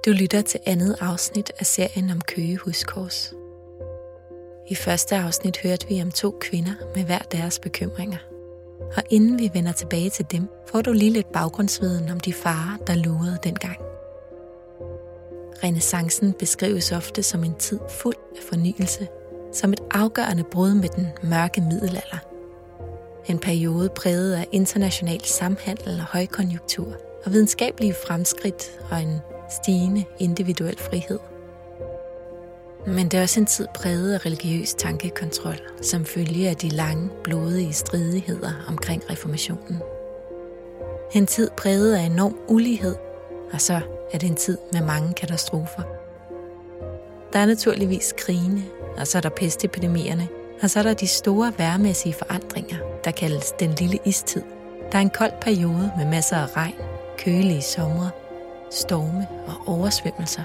Du lytter til andet afsnit af serien om Køge Huskors. I første afsnit hørte vi om 2 kvinder med hver deres bekymringer. Og inden vi vender tilbage til dem, får du lige lidt baggrundsviden om de farer, der lurede dengang. Renæssancen beskrives ofte som en tid fuld af fornyelse, som et afgørende brud med den mørke middelalder. En periode præget af international samhandel og højkonjunktur og videnskabelige fremskridt og en stigende individuel frihed. Men det er også en tid præget af religiøs tankekontrol, som følge af de lange, blodige stridigheder omkring reformationen. En tid præget af enorm ulighed, og så er det en tid med mange katastrofer. Der er naturligvis krigene, og så er der pestepidemierne, og så er der de store vejrmæssige forandringer, der kaldes den lille istid. Der er en kold periode med masser af regn, kølige somre, storme og oversvømmelser.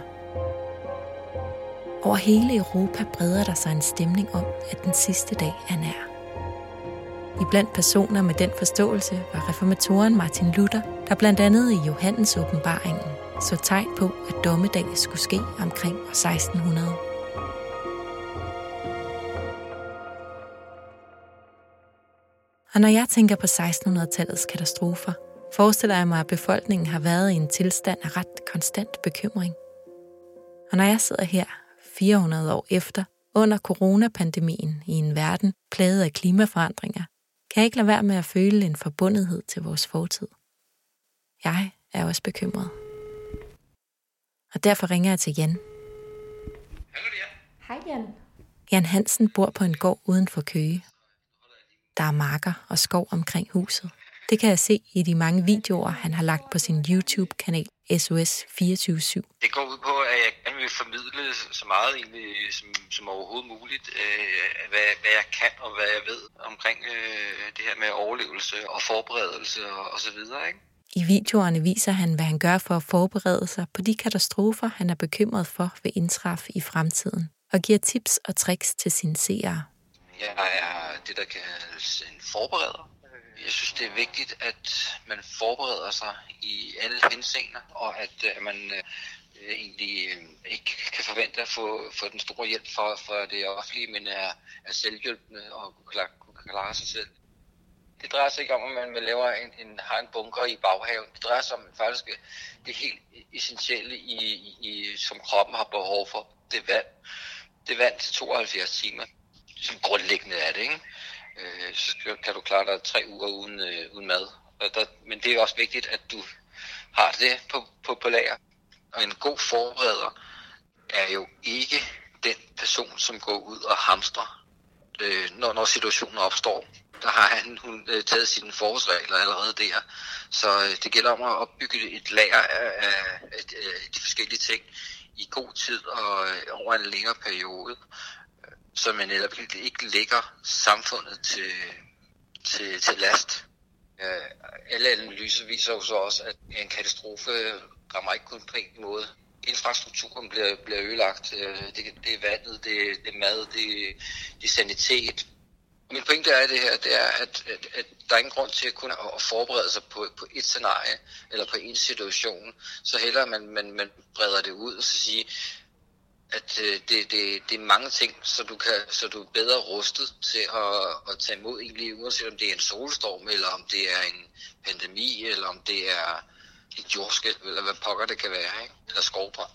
Over hele Europa breder der sig en stemning om, at den sidste dag er nær. Iblandt personer med den forståelse var reformatoren Martin Luther, der blandt andet i Johannes åbenbaringen så tegn på, at dommedag skulle ske omkring år 1600. Og når jeg tænker på 1600-tallets katastrofer, forestiller jeg mig, at befolkningen har været i en tilstand af ret konstant bekymring. Og når jeg sidder her 400 år efter, under coronapandemien i en verden plaget af klimaforandringer, kan jeg ikke lade være med at føle en forbundethed til vores fortid. Jeg er også bekymret. Og derfor ringer jeg til Jan. Hallo Jan. Hej Jan. Jan Hansen bor på en gård uden for Køge. Der er marker og skov omkring huset. Det kan jeg se i de mange videoer, han har lagt på sin YouTube-kanal SOS 24/7. Det går ud på, at jeg gerne vil formidle så meget egentlig, som overhovedet muligt, hvad jeg kan og hvad jeg ved omkring det her med overlevelse og forberedelse og så videre, ikke? I videoerne viser han, hvad han gør for at forberede sig på de katastrofer, han er bekymret for ved indtræf i fremtiden, og giver tips og tricks til sine seere. Jeg er det, der kaldes en forbereder. Jeg synes, det er vigtigt, at man forbereder sig i alle henseender, og at man egentlig ikke kan forvente at få den store hjælp fra det offentlige, men er selvhjælpende og kunne klare sig selv. Det drejer sig ikke om, at man laver har en bunker i baghaven. Det drejer sig om faktisk det helt essentielle, som kroppen har behov for. Det er vand. Det er vand til 72 timer, som grundlæggende er det, ikke? Så kan du klare dig 3 uger uden mad. Men det er også vigtigt, at du har det på lager. Og en god forbereder er jo ikke den person, som går ud og hamstrer, når situationen opstår. Der har hun taget sine forholdsregler allerede der. Så det gælder om at opbygge et lager af de forskellige ting i god tid og over en længere periode, så man netop ikke lægger samfundet til last. Alle analyser viser jo så også, at en katastrofe rammer ikke kun på en måde. Infrastrukturen bliver ødelagt. Det er vandet, det er mad, det er sanitet. Min pointe er det her, det er, at der er ingen grund til at kunne forberede sig på et scenarie eller på en situation. Så hellere man breder det ud og så sige, at det er mange ting, så du er bedre rustet til at tage imod egentlig, uanset om det er en solstorm, eller om det er en pandemi, eller om det er et jordskælv, eller hvad pokker det kan være, ikke? Eller skovbrand.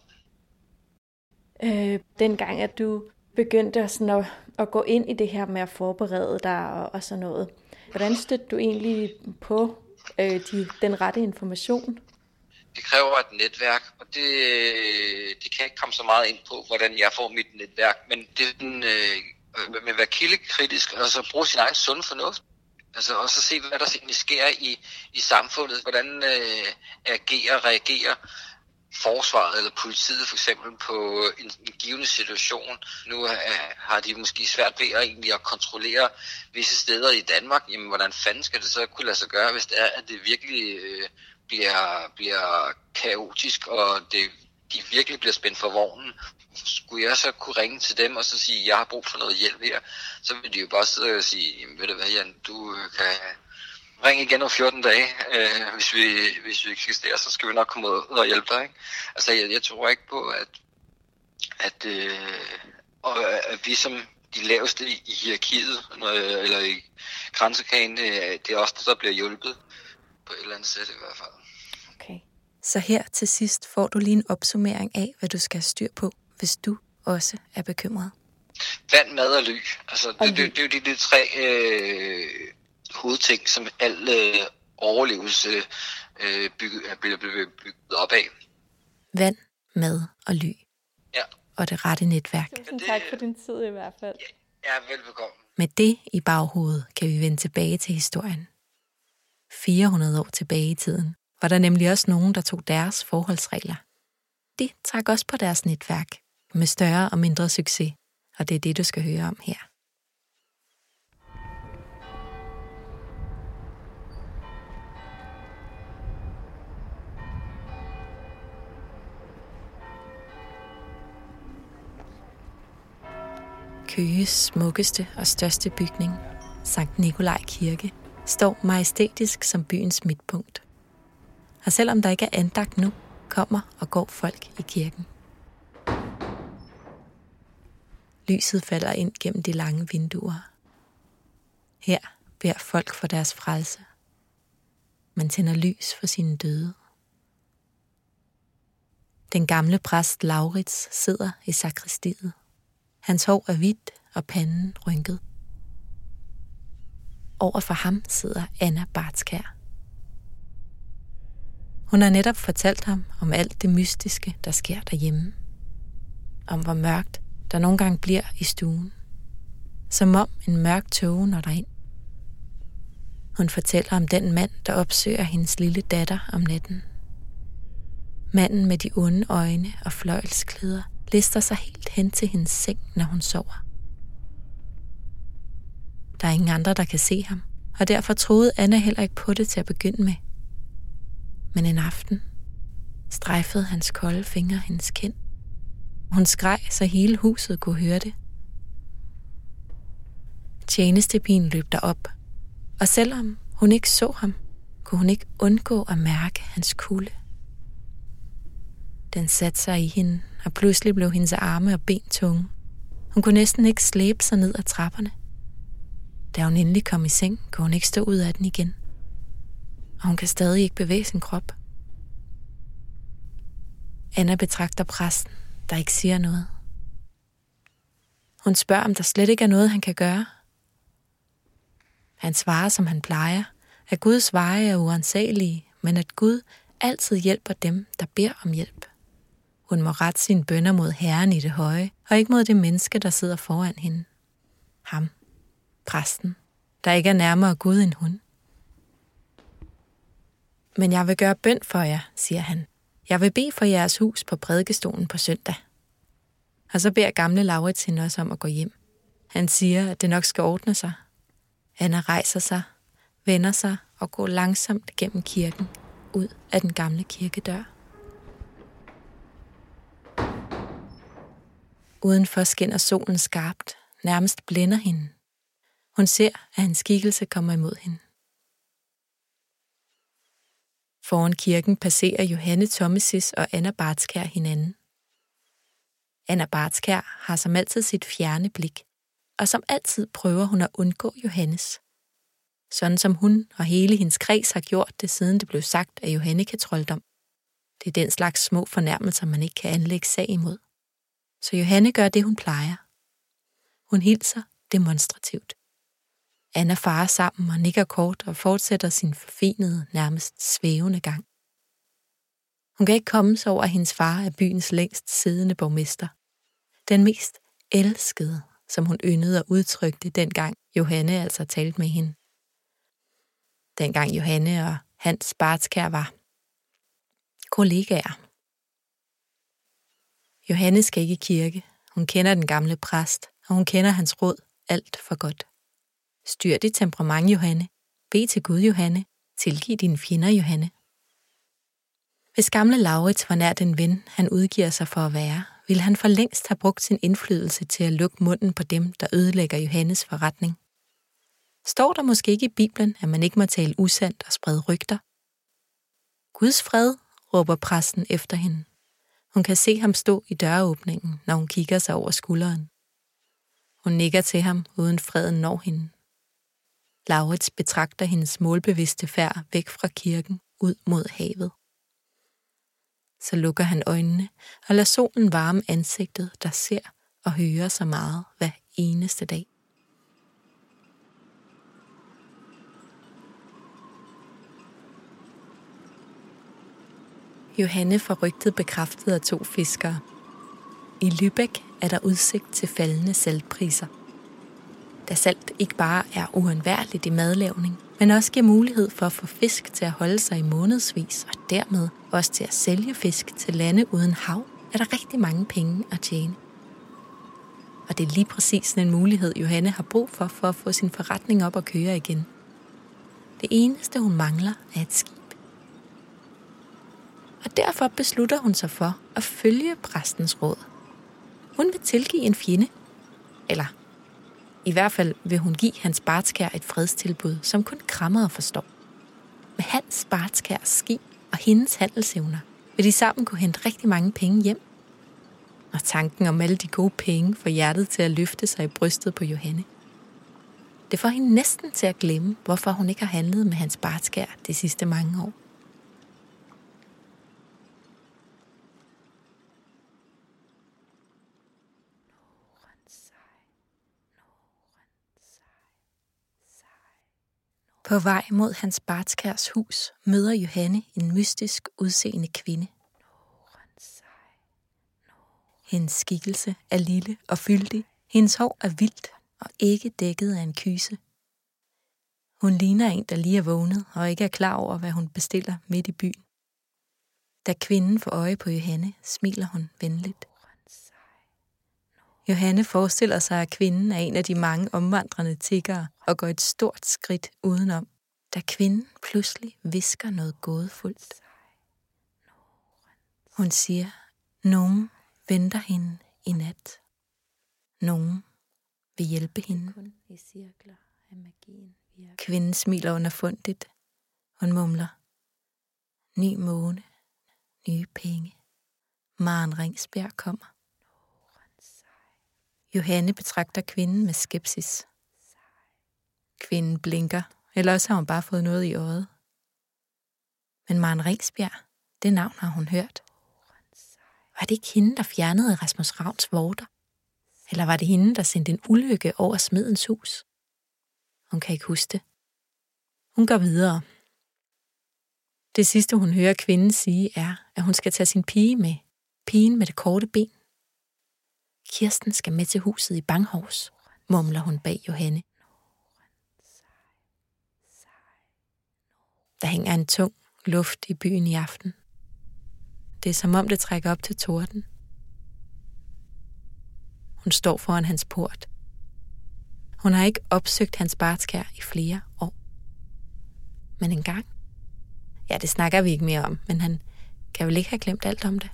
Dengang, at du begyndte sådan at gå ind i det her med at forberede dig og sådan noget, hvordan stødte du egentlig på den rette information? Det kræver et netværk, og det kan jeg ikke komme så meget ind på, hvordan jeg får mit netværk, men det er med at være kildekritisk, og så bruge sin egen sunde fornuft, altså, og så se, hvad der egentlig sker i samfundet, hvordan reagerer forsvaret eller politiet for eksempel på en givende situation. Nu har de måske svært ved at kontrollere visse steder i Danmark. Jamen, hvordan fanden skal det så kunne lade sig gøre, hvis det er, at det virkelig bliver kaotisk, og de virkelig bliver spændt for vognen? Skulle jeg så kunne ringe til dem og så sige, at jeg har brug for noget hjælp her? Så vil de jo bare sidde og sige, ved du hvad, Jan, du kan ring igen om 14 dage, hvis vi eksisterer, så skal vi nok komme ud og hjælpe dig. Ikke? Altså, jeg tror ikke på, at vi som de laveste i hierarkiet, eller i kransekagen, det er også det, der bliver hjulpet på et eller andet sæt i hvert fald. Okay. Så her til sidst får du lige en opsummering af, hvad du skal have styr på, hvis du også er bekymret. Vand, mad og ly. Altså, det er jo de tre hovedting, som al overlevelse bliver bygget op af. Vand, mad og ly. Ja. Og det rette netværk. Tusind tak for din tid i hvert fald. Ja, velbekomme. Med det i baghovedet kan vi vende tilbage til historien. 400 år tilbage i tiden var der nemlig også nogen, der tog deres forholdsregler. De trak også på deres netværk med større og mindre succes, og det er det, du skal høre om her. Køges smukkeste og største bygning, Sankt Nikolaj Kirke, står majestætisk som byens midtpunkt. Og selvom der ikke er andagt nu, kommer og går folk i kirken. Lyset falder ind gennem de lange vinduer. Her beder folk for deres frelse. Man tænder lys for sine døde. Den gamle præst Laurits sidder i sakristiet. Hans hår er hvidt og panden rynket. Over for ham sidder Anna Bartskær. Hun har netop fortalt ham om alt det mystiske, der sker derhjemme. Om hvor mørkt der nogle gange bliver i stuen. Som om en mørk tåge når derind. Hun fortæller om den mand, der opsøger hendes lille datter om natten. Manden med de onde øjne og fløjlsklæder lister sig helt hen til hendes seng, når hun sover. Der er ingen andre, der kan se ham, og derfor troede Anna heller ikke på det til at begynde med. Men en aften strejfede hans kolde fingre hendes kind. Hun skreg, så hele huset kunne høre det. Tjenestepigen løb derop, og selvom hun ikke så ham, kunne hun ikke undgå at mærke hans kulde. Den satte sig i hende, og pludselig blev hendes arme og ben tunge. Hun kunne næsten ikke slæbe sig ned ad trapperne. Da hun endelig kom i seng, kunne hun ikke stå ud af den igen. Og hun kan stadig ikke bevæge sin krop. Anna betragter præsten, der ikke siger noget. Hun spørger, om der slet ikke er noget, han kan gøre. Han svarer, som han plejer, at Guds veje er uansagelige, men at Gud altid hjælper dem, der beder om hjælp. Hun må rette sine bønner mod Herren i det høje, og ikke mod det menneske, der sidder foran hende. Ham, præsten, der ikke er nærmere Gud end hun. Men jeg vil gøre bøn for jer, siger han. Jeg vil bede for jeres hus på prædikestolen på søndag. Og så beder gamle Laurits hende også om at gå hjem. Han siger, at det nok skal ordne sig. Anna rejser sig, vender sig og går langsomt gennem kirken ud af den gamle kirkedør. Udenfor skinner solen skarpt, nærmest blænder hende. Hun ser, at en skikkelse kommer imod hende. Foran kirken passerer Johanne Thomasis og Anna Bartskær hinanden. Anna Bartskær har som altid sit fjerne blik, og som altid prøver hun at undgå Johannes. Sådan som hun og hele hendes kreds har gjort det, siden det blev sagt af Johanne kan trolddom. Det er den slags små fornærmelser, man ikke kan anlægge sag imod. Så Johanne gør det, hun plejer. Hun hilser demonstrativt. Anna farer sammen og nikker kort og fortsætter sin forfinede, nærmest svævende gang. Hun kan ikke komme sig over, at hendes far er byens længst siddende borgmester. Den mest elskede, som hun yndede og udtrykte dengang Johanne altså talte med hende. Dengang Johanne og Hans Bartskær var kollegaer. Johanne skal ikke i kirke. Hun kender den gamle præst, og hun kender hans råd alt for godt. Styr dit temperament, Johanne. Bed til Gud, Johanne. Tilgiv dine fjender, Johanne. Hvis gamle Laurits var nær den ven, han udgiver sig for at være, ville han for længst have brugt sin indflydelse til at lukke munden på dem, der ødelægger Johannes forretning. Står der måske ikke i Bibelen, at man ikke må tale usandt og sprede rygter? Guds fred, råber præsten efter hende. Hun kan se ham stå i døråbningen, når hun kigger sig over skulderen. Hun nikker til ham, uden freden når hende. Laurits betragter hendes målbevidste færd væk fra kirken ud mod havet. Så lukker han øjnene og lader solen varme ansigtet, der ser og hører så meget hver eneste dag. Johanne får rygtet bekræftet af 2 fiskere. I Lübeck er der udsigt til faldende saltpriser. Da salt ikke bare er uundværligt i madlavning, men også giver mulighed for at få fisk til at holde sig i månedsvis, og dermed også til at sælge fisk til lande uden hav, er der rigtig mange penge at tjene. Og det er lige præcis en mulighed, Johanne har brug for at få sin forretning op og køre igen. Det eneste, hun mangler, er et skib. Og derfor beslutter hun sig for at følge præstens råd. Hun vil tilgive en fjende, eller i hvert fald vil hun give Hans Bartskær et fredstilbud, som kun krammere forstår. Med Hans Bartskærs skib og hendes handelsevner vil de sammen kunne hente rigtig mange penge hjem. Og tanken om alle de gode penge får hjertet til at løfte sig i brystet på Johanne. Det får hende næsten til at glemme, hvorfor hun ikke har handlet med Hans Bartskær de sidste mange år. På vej mod Hans Bartskærs hus møder Johanne en mystisk udseende kvinde. Hendes skikkelse er lille og fyldig. Hendes hår er vildt og ikke dækket af en kyse. Hun ligner en, der lige er vågnet og ikke er klar over, hvad hun bestiller midt i byen. Da kvinden får øje på Johanne, smiler hun venligt. Johanne forestiller sig, at kvinden er en af de mange omvandrende tiggere og går et stort skridt udenom, da kvinden pludselig hvisker noget gådefuldt. Hun siger, nogen venter hende i nat. Nogen vil hjælpe hende. Kvinden smiler underfundigt. Hun mumler, ny måne, nye penge. Maren Ringsbjerg kommer. Johanne betragter kvinden med skepsis. Kvinden blinker, eller også har hun bare fået noget i øjet. Men Maren Ringsbjerg, det navn har hun hørt. Var det ikke hende, der fjernede Rasmus Ravns vorter? Eller var det hende, der sendte en ulykke over smedens hus? Hun kan ikke huske det. Hun går videre. Det sidste, hun hører kvinden sige, er, at hun skal tage sin pige med. Pigen med det korte ben. Kirsten skal med til huset i Banghors, mumler hun bag Johanne. Der hænger en tung luft i byen i aften. Det er som om det trækker op til torden. Hun står foran hans port. Hun har ikke opsøgt Hans Bartskær i flere år. Men engang, ja, det snakker vi ikke mere om, men han kan vel ikke have glemt alt om det.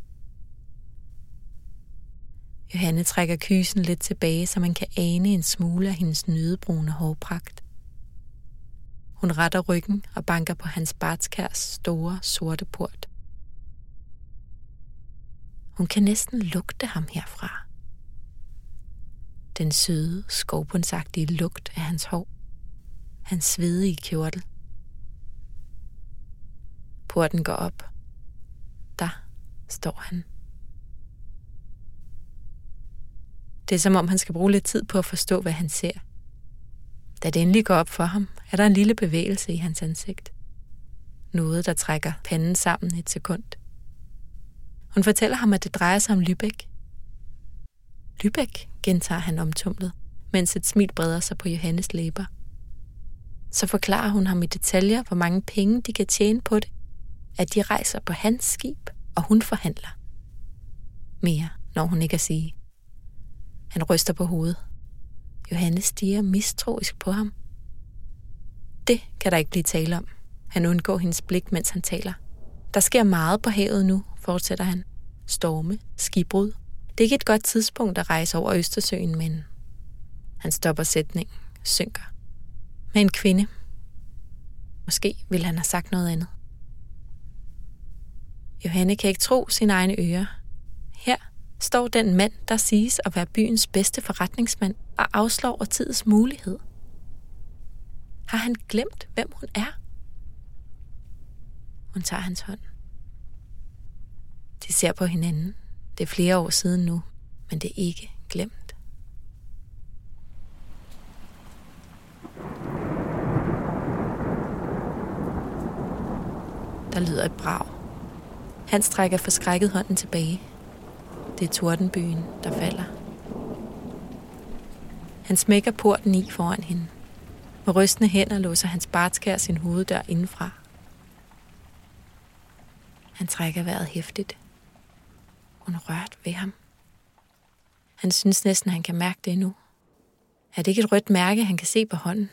Johanne trækker kysen lidt tilbage, så man kan ane en smule af hendes nødebrune hårpragt. Hun retter ryggen og banker på Hans Bartskærs store, sorte port. Hun kan næsten lugte ham herfra. Den søde, skovbundsagtige lugt af hans hår. Hans svedige kjortel. Porten går op. Der står han. Det er som om han skal bruge lidt tid på at forstå, hvad han ser. Da det endelig går op for ham, er der en lille bevægelse i hans ansigt. Noget, der trækker panden sammen et sekund. Hun fortæller ham, at det drejer sig om Lübeck. Lübeck, gentager han omtumlet, mens et smil breder sig på Johannes læber. Så forklarer hun ham i detaljer, hvor mange penge de kan tjene på det, at de rejser på hans skib, og hun forhandler. Mere når hun ikke at sige. Han ryster på hovedet. Johannes stiger mistroisk på ham. Det kan der ikke blive tale om. Han undgår hendes blik, mens han taler. Der sker meget på havet nu, fortsætter han. Storme, skibbrud. Det er ikke et godt tidspunkt at rejse over Østersøen, men han stopper sætningen, synker. med en kvinde. Måske ville han have sagt noget andet. Johanne kan ikke tro sine egne ører. Her står den mand, der siges at være byens bedste forretningsmand og afslår årtidets mulighed. Har han glemt, hvem hun er? Hun tager hans hånd. De ser på hinanden. Det er flere år siden nu, men det er ikke glemt. Der lyder et brag. Hans trækker forskrækket hånden tilbage. Det er tordenbyen, der falder. Han smækker porten i foran hende. Med rystende hænder låser Hans Bartskær sin hoveddør indenfra. Han trækker vejret heftigt. Hun er rørt ved ham. Han synes næsten, han kan mærke det endnu. Er det ikke et rødt mærke, han kan se på hånden?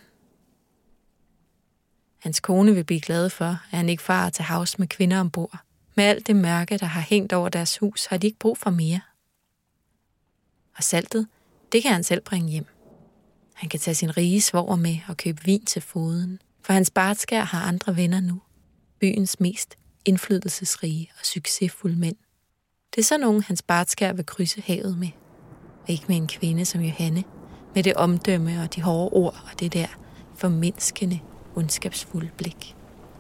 Hans kone vil blive glad for, at han ikke farer til havs med kvinder ombord. Med alt det mørke, der har hængt over deres hus, har de ikke brug for mere. Og saltet, det kan han selv bringe hjem. Han kan tage sin rige svoger med og købe vin til foden, for Hans Bartskær har andre venner nu. Byens mest indflydelsesrige og succesfulde mænd. Det er så nogen, Hans Bartskær vil krydse havet med. Og ikke med en kvinde som Johanne, med det omdømme og de hårde ord og det der formindskende, ondskabsfulde blik.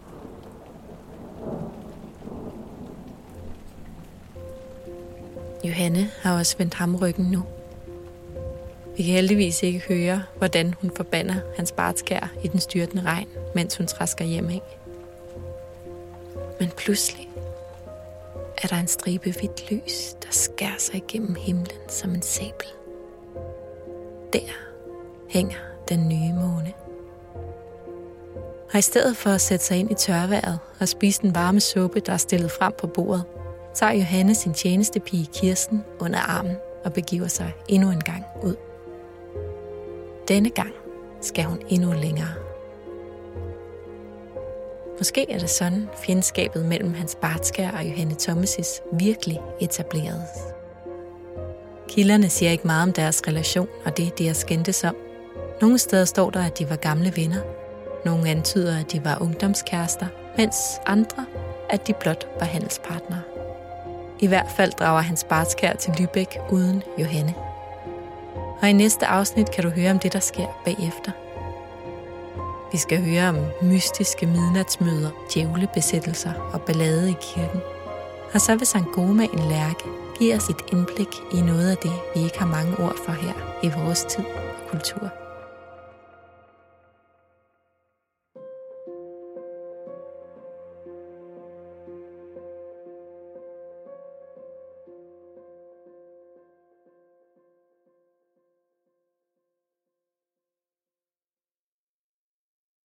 Johanne har også vendt ham ryggen nu. Vi kan heldigvis ikke høre, hvordan hun forbander Hans Bartskær i den styrtende regn, mens hun træsker hjem af. Men pludselig er der en stribe hvidt lys, der skærer sig igennem himlen som en sabel. Der hænger den nye måne. Og i stedet for at sætte sig ind i tørvejret og spise den varme suppe, der er stillet frem på bordet, tager Johanne sin tjenestepige Kirsten under armen og begiver sig endnu en gang ud. Denne gang skal hun endnu længere. Måske er det sådan, fjendskabet mellem Hans Bartskær og Johanne Thomasis virkelig etableredes. Kilderne siger ikke meget om deres relation og det, de har skændtes om. Nogle steder står der, at de var gamle venner. Nogle antyder, at de var ungdomskærester, mens andre, at de blot var handelspartnere. I hvert fald drager Hans Bartskær til Lübeck uden Johanne. Og i næste afsnit kan du høre om det, der sker bagefter. Vi skal høre om mystiske midnatsmøder, djævlebesættelser og ballade i kirken. Og så vil Sankt Gomarien Lærke give os et indblik i noget af det, vi ikke har mange ord for her i vores tid og kultur.